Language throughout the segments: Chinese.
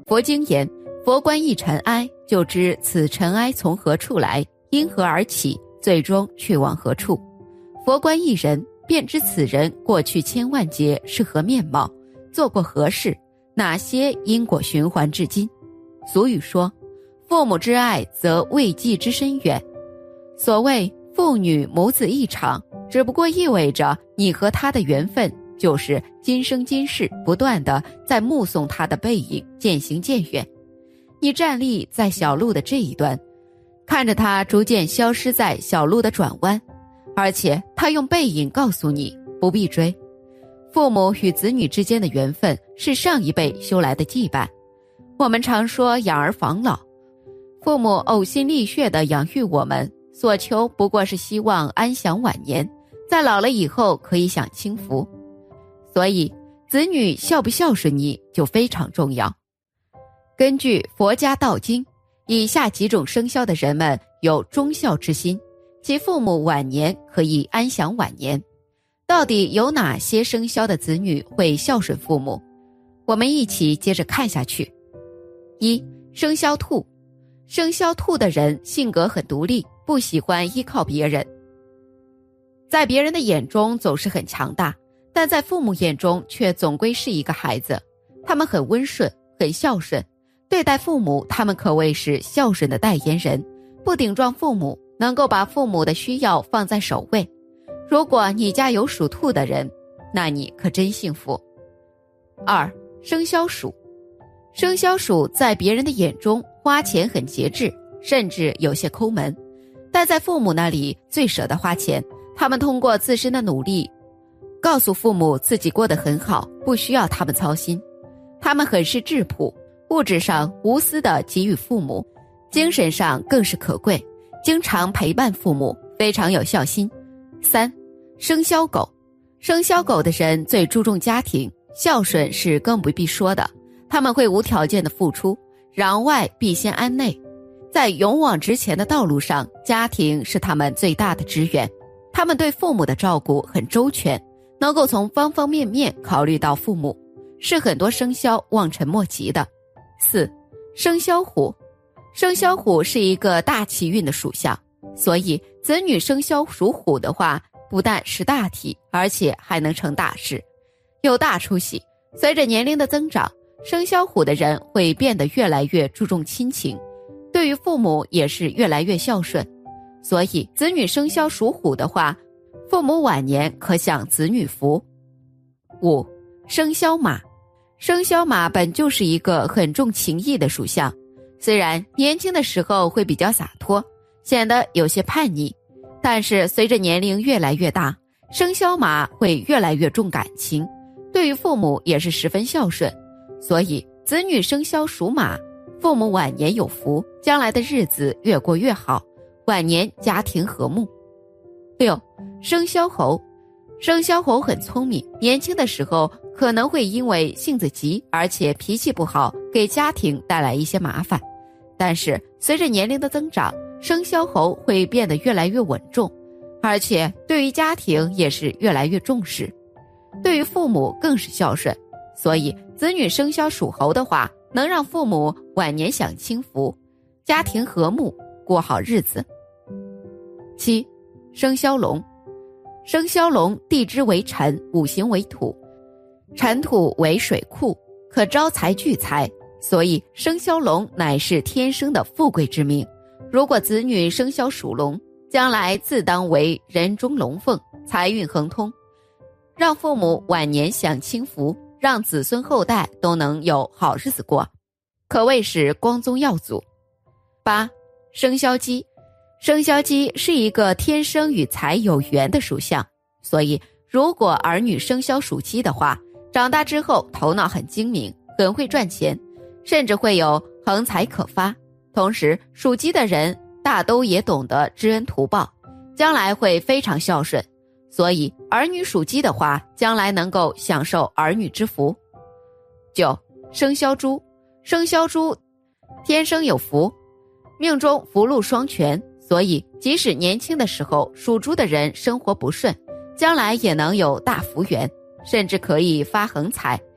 佛经言，佛观一尘埃，就知此尘埃从何处来，因何而起，最终去往何处。佛观一人，便知此人过去千万劫是何面貌，做过何事，哪些因果循环至今。俗语说，父母之爱则未继之深远。所谓父女母子一场，只不过意味着你和他的缘分就是今生今世不断地在目送他的背影渐行渐远。你站立在小路的这一端，看着他逐渐消失在小路的转弯，而且他用背影告诉你不必追。父母与子女之间的缘分是上一辈修来的羁绊。我们常说养儿防老，父母呕心沥血地养育我们，所求不过是希望安享晚年，在老了以后可以享清福。所以子女孝不孝顺你就非常重要。根据佛家道经，以下几种生肖的人们有忠孝之心，其父母晚年可以安享晚年。到底有哪些生肖的子女会孝顺父母？我们一起接着看下去。一、生肖兔。生肖兔的人性格很独立，不喜欢依靠别人，在别人的眼中总是很强大，但在父母眼中却总归是一个孩子。他们很温顺，很孝顺，对待父母他们可谓是孝顺的代言人，不顶撞父母，能够把父母的需要放在首位。如果你家有属兔的人，那你可真幸福。二、生肖鼠。生肖鼠在别人的眼中花钱很节制，甚至有些抠门，但在父母那里最舍得花钱。他们通过自身的努力告诉父母自己过得很好，不需要他们操心。他们很是质朴，物质上无私地给予父母，精神上更是可贵，经常陪伴父母，非常有孝心。三、生肖狗。生肖狗的人最注重家庭，孝顺是更不必说的。他们会无条件的付出，攘外必先安内。在勇往直前的道路上，家庭是他们最大的支援。他们对父母的照顾很周全，能够从方方面面考虑到父母，是很多生肖望尘莫及的。四、生肖虎。生肖虎是一个大气运的属相，所以子女生肖属虎的话，不但识大体，而且还能成大事，有大出息。随着年龄的增长，生肖虎的人会变得越来越注重亲情，对于父母也是越来越孝顺。所以子女生肖属虎的话，父母晚年可享子女福。五、生肖马。生肖马本就是一个很重情义的属相，虽然年轻的时候会比较洒脱，显得有些叛逆，但是随着年龄越来越大，生肖马会越来越重感情，对于父母也是十分孝顺。所以子女生肖属马，父母晚年有福，将来的日子越过越好，晚年家庭和睦。六、生肖猴。生肖猴很聪明，年轻的时候可能会因为性子急，而且脾气不好，给家庭带来一些麻烦。但是随着年龄的增长，生肖猴会变得越来越稳重，而且对于家庭也是越来越重视，对于父母更是孝顺。所以子女生肖属猴的话，能让父母晚年享清福，家庭和睦，过好日子。七、生肖龙。生肖龙地支为辰，五行为土，辰土为水库，可招财聚财，所以生肖龙乃是天生的富贵之命。如果子女生肖属龙，将来自当为人中龙凤，财运亨通，让父母晚年享清福，让子孙后代都能有好日子过，可谓是光宗耀祖。八、生肖鸡。生肖鸡是一个天生与财有缘的属相，所以如果儿女生肖属鸡的话，长大之后头脑很精明，很会赚钱，甚至会有横财可发。同时属鸡的人大都也懂得知恩图报，将来会非常孝顺，所以儿女属鸡的话，将来能够享受儿女之福。九、生肖猪。生肖猪天生有福，命中福禄双全，所以即使年轻的时候属猪的人生活不顺，将来也能有大福源，甚至可以发横财，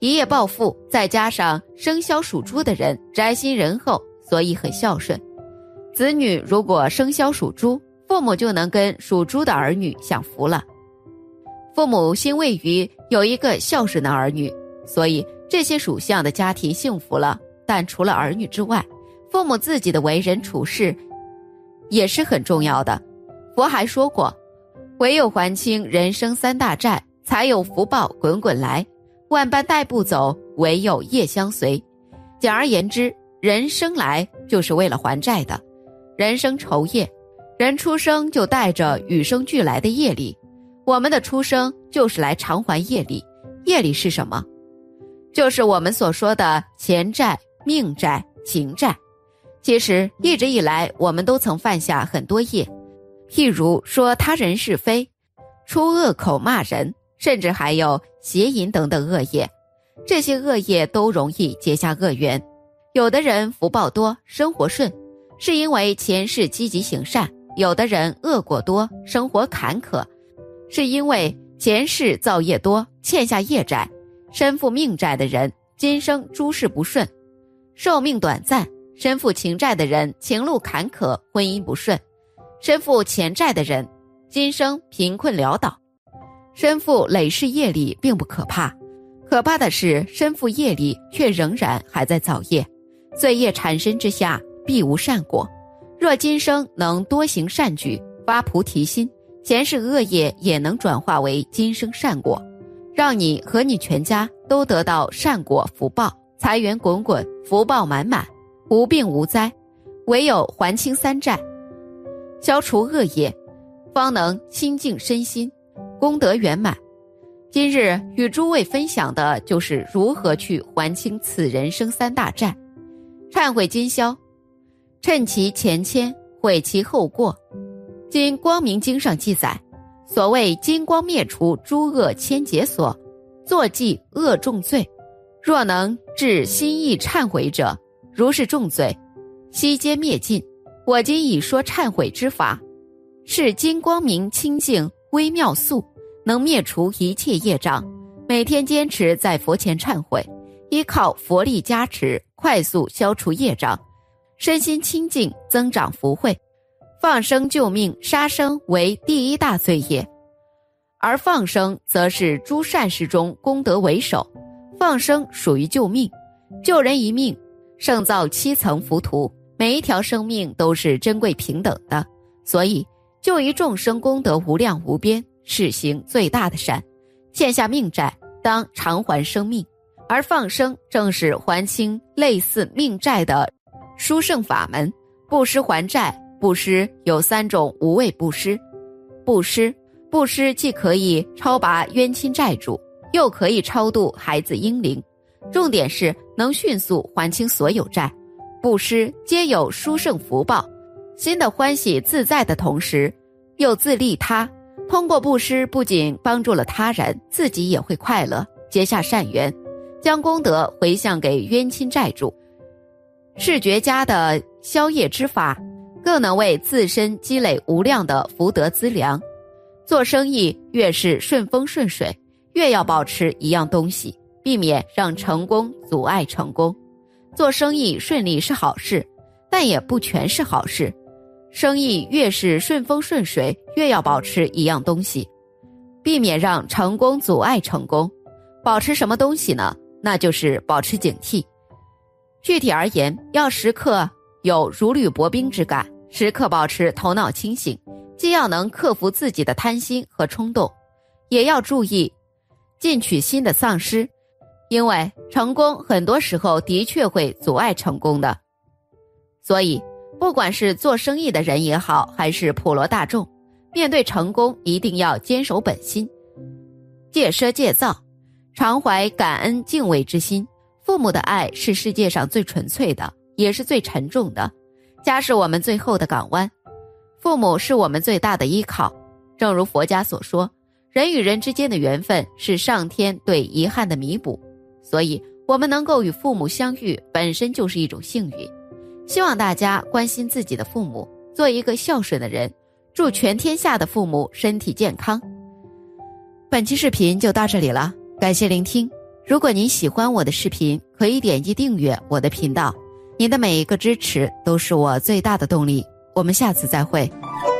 一夜暴富，再加上生肖属猪的人宅心仁厚，所以很孝顺。子女如果生肖属猪，父母就能跟属猪的儿女享福了。父母欣慰于有一个孝顺的儿女，所以这些属相的家庭幸福了。但除了儿女之外，父母自己的为人处事也是很重要的。佛还说过，唯有还清人生三大债，才有福报滚滚来，万般带不走，唯有业相随。简而言之，人生来就是为了还债的。人生愁业，人出生就带着与生俱来的业力，我们的出生就是来偿还业力。业力是什么？就是我们所说的钱债、命债、情债。其实一直以来我们都曾犯下很多业，譬如说他人是非，出恶口骂人，甚至还有邪淫等等恶业。这些恶业都容易结下恶缘。有的人福报多，生活顺，是因为前世积极行善；有的人恶果多，生活坎坷，是因为前世造业多，欠下业债。身负命债的人，今生诸事不顺，寿命短暂；身负情债的人，情路坎坷，婚姻不顺；身负钱债的人，今生贫困潦倒。身负累世业力并不可怕，可怕的是身负业力却仍然还在造业。罪业缠身之下，必无善果。若今生能多行善举，发菩提心，前世恶业也能转化为今生善果，让你和你全家都得到善果福报，财源滚滚，福报满满，无病无灾。唯有还清三债，消除恶业，方能清净身心，功德圆满。今日与诸位分享的就是如何去还清此人生三大债。忏悔今宵，趁其前愆，悔其后过。今光明经上记载，所谓金光灭除诸恶千劫所，作记恶重罪。若能至心意忏悔者，如是重罪，悉皆灭尽。我今已说忏悔之法，是金光明清净微妙素，能灭除一切业障。每天坚持在佛前忏悔，依靠佛力加持，快速消除业障，身心清净，增长福慧。放生救命，杀生为第一大罪业，而放生则是诸善事中功德为首。放生属于救命，救人一命胜造7层浮屠，每一条生命都是珍贵平等的，所以救一众生功德无量无边，是行最大的善。欠下命债，当偿还生命，而放生正是还清类似命债的殊胜法门。布施还债，布施有3种无畏布施。布施既可以超拔冤亲债主，又可以超度孩子婴灵，重点是能迅速还清所有债。布施皆有殊胜福报，心的欢喜自在的同时，又自利他。通过布施，不仅帮助了他人，自己也会快乐，结下善缘，将功德回向给冤亲债主，是绝佳的消业之法，更能为自身积累无量的福德资粮。做生意越是顺风顺水，越要保持一样东西，避免让成功阻碍成功。做生意顺利是好事，但也不全是好事。生意越是顺风顺水，越要保持一样东西，避免让成功阻碍成功。保持什么东西呢？那就是保持警惕。具体而言，要时刻有如履薄冰之感，时刻保持头脑清醒，既要能克服自己的贪心和冲动，也要注意进取心的丧失，因为成功很多时候的确会阻碍成功的。所以不管是做生意的人也好，还是普罗大众，面对成功一定要坚守本心，戒奢戒躁，常怀感恩敬畏之心。父母的爱是世界上最纯粹的，也是最沉重的，家是我们最后的港湾，父母是我们最大的依靠。正如佛家所说，人与人之间的缘分是上天对遗憾的弥补，所以我们能够与父母相遇，本身就是一种幸运。希望大家关心自己的父母，做一个孝顺的人，祝全天下的父母身体健康。本期视频就到这里了，感谢聆听。 如果您喜欢我的视频，可以点击订阅我的频道，您的每一个支持都是我最大的动力。我们下次再会。